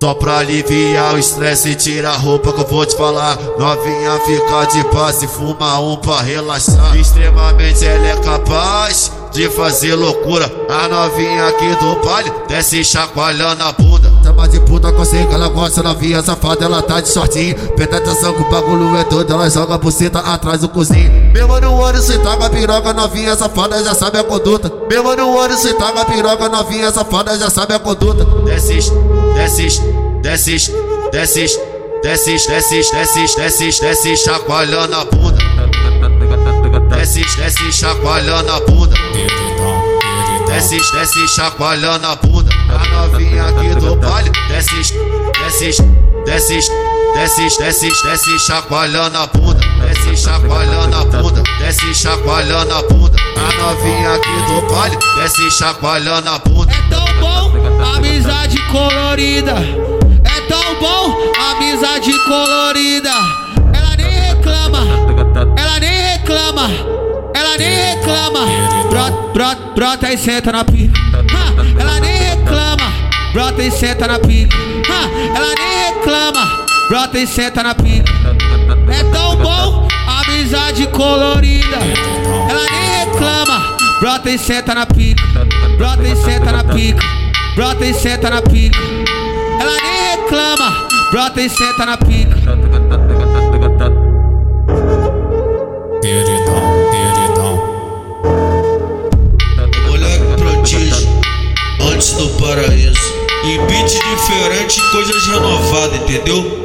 Só pra aliviar o estresse e tirar a roupa que eu vou te falar. Novinha fica de paz e fuma um pra relaxar. Extremamente ela é capaz de fazer loucura. A novinha aqui do baile desce chacoalhando a bunda. Chama de puta, consegue, ela gosta, novinha safada, ela tá de shortinho. Presta atenção que o bagulho é todo, ela joga a buceta atrás do cozinho. Mesmo no olho se taca a piroca, novinha safada já sabe a conduta. Mesmo no olho se taca a piroca, novinha safada já sabe a conduta. Desce, desce, desce, desce, desce, desce, desce, desce, desce, chacoalhando a bunda. Desce, desce, chacoalhando a bunda. Desce, desce, chacoalhando a bunda. A novinha aqui do baile desce, desce, desce, desce, desce, desce, chacoalhando a bunda. Desce, chacoalhando a bunda. Desce, chacoalhando a bunda. A novinha aqui do baile desce, chacoalhando a bunda. É tão bom, amizade colorida. É tão bom, amizade colorida. Ela nem reclama, ela nem reclama, ela nem reclama. Brota e senta na pica. Ela nem reclama, brota e senta na pica. Ela nem reclama, brota e senta na pica. É tão bom, amizade colorida. Ela nem reclama, brota e senta na pica. Brota e senta na pica. Brota e senta na pica. Ela nem reclama, brota e senta na pica. Moleque prodígio, antes do paraíso. Em beat diferente, coisas renovadas, entendeu?